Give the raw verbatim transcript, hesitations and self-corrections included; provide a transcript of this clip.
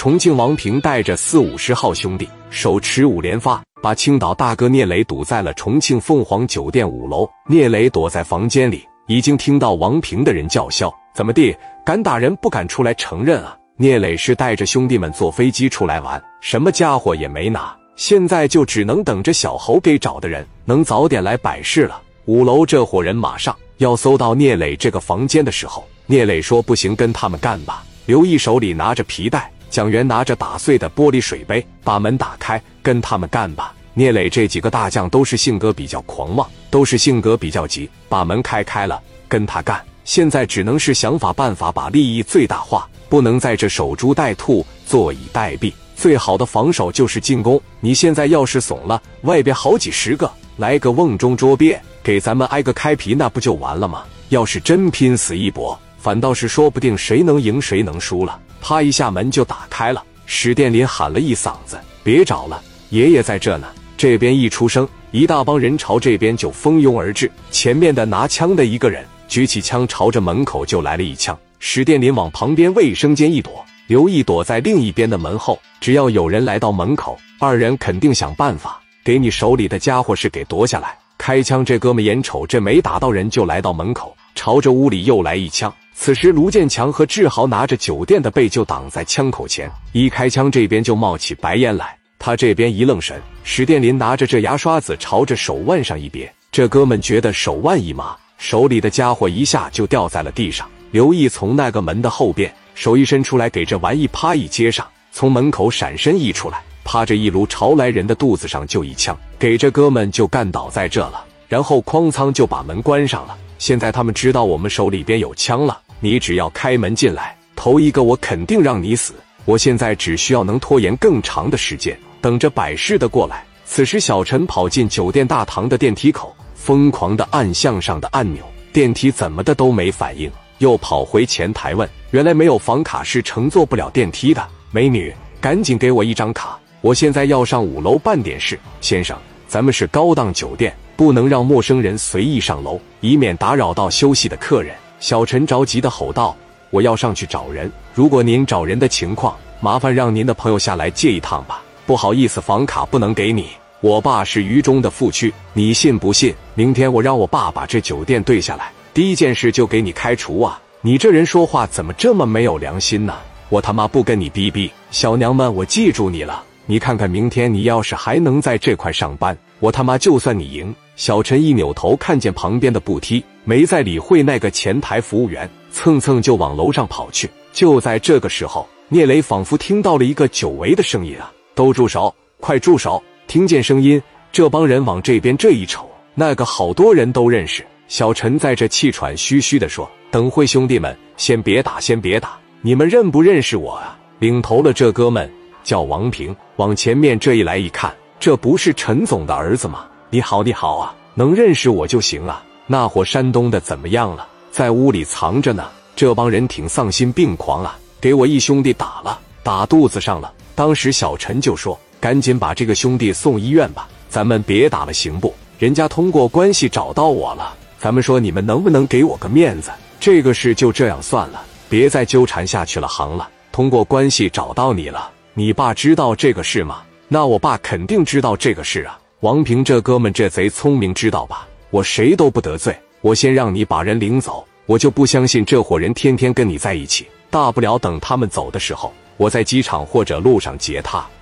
重庆王平带着四五十号兄弟，手持五连发，把青岛大哥聂磊堵在了重庆凤凰酒店五楼。聂磊躲在房间里，已经听到王平的人叫嚣：“怎么地？敢打人不敢出来承认啊？”聂磊是带着兄弟们坐飞机出来玩，什么家伙也没拿，现在就只能等着小侯给找的人能早点来摆事了。五楼这伙人马上要搜到聂磊这个房间的时候，聂磊说：“不行，跟他们干吧。”刘毅手里拿着皮带，蒋元拿着打碎的玻璃水杯，把门打开，跟他们干吧。聂磊这几个大将都是性格比较狂妄，都是性格比较急，把门开开了，跟他干。现在只能是想法办法把利益最大化，不能在这守株待兔，坐以待毙。最好的防守就是进攻，你现在要是怂了，外边好几十个，来个瓮中捉鳖，给咱们挨个开皮，那不就完了吗？要是真拼死一搏，反倒是说不定谁能赢谁能输了。啪一下门就打开了，史殿林喊了一嗓子：“别找了，爷爷在这呢。”这边一出声，一大帮人朝这边就蜂拥而至。前面的拿枪的一个人举起枪，朝着门口就来了一枪。史殿林往旁边卫生间一躲，刘毅躲在另一边的门后。只要有人来到门口，二人肯定想办法给你手里的家伙是给夺下来。开枪这哥们眼瞅这没打到人，就来到门口，朝着屋里又来一枪。此时卢建强和志豪拿着酒店的背就挡在枪口前，一开枪这边就冒起白烟来。他这边一愣神，史殿林拿着这牙刷子朝着手腕上一别，这哥们觉得手腕一麻，手里的家伙一下就掉在了地上。刘毅从那个门的后边手一伸出来，给这玩意啪一接上，从门口闪身一出来，趴着一炉朝来人的肚子上就一枪，给这哥们就干倒在这了。然后哐仓就把门关上了。现在他们知道我们手里边有枪了，你只要开门进来，头一个我肯定让你死。我现在只需要能拖延更长的时间，等着摆事的过来。此时小陈跑进酒店大堂的电梯口，疯狂的按向上的按钮，电梯怎么的都没反应，又跑回前台问，原来没有房卡是乘坐不了电梯的。美女，赶紧给我一张卡，我现在要上五楼办点事。先生，咱们是高档酒店，不能让陌生人随意上楼，以免打扰到休息的客人。小陈着急地吼道，我要上去找人，如果您找人的情况，麻烦让您的朋友下来借一趟吧。不好意思，房卡不能给你，我爸是狱中的副区，你信不信明天我让我爸把这酒店对下来，第一件事就给你开除啊。你这人说话怎么这么没有良心呢？我他妈不跟你逼逼。小娘们，我记住你了，你看看明天你要是还能在这块上班，我他妈就算你赢。小陈一扭头看见旁边的步梯，没再理会那个前台服务员，蹭蹭就往楼上跑去。就在这个时候，聂磊仿佛听到了一个久违的声音啊，都住手，快住手。听见声音，这帮人往这边这一瞅，那个好多人都认识。小陈在这气喘吁吁地说，等会兄弟们，先别打先别打，你们认不认识我啊？领头了这哥们叫王平，往前面这一来一看，这不是陈总的儿子吗？你好你好啊，能认识我就行啊。那伙山东的怎么样了？在屋里藏着呢。这帮人挺丧心病狂啊，给我一兄弟打了，打肚子上了。当时小陈就说，赶紧把这个兄弟送医院吧，咱们别打了行不？人家通过关系找到我了，咱们说你们能不能给我个面子？这个事就这样算了，别再纠缠下去了行了。通过关系找到你了，你爸知道这个事吗？那我爸肯定知道这个事啊。王平这哥们这贼聪明，知道吧？我谁都不得罪，我先让你把人领走，我就不相信这伙人天天跟你在一起，大不了等他们走的时候，我在机场或者路上劫他。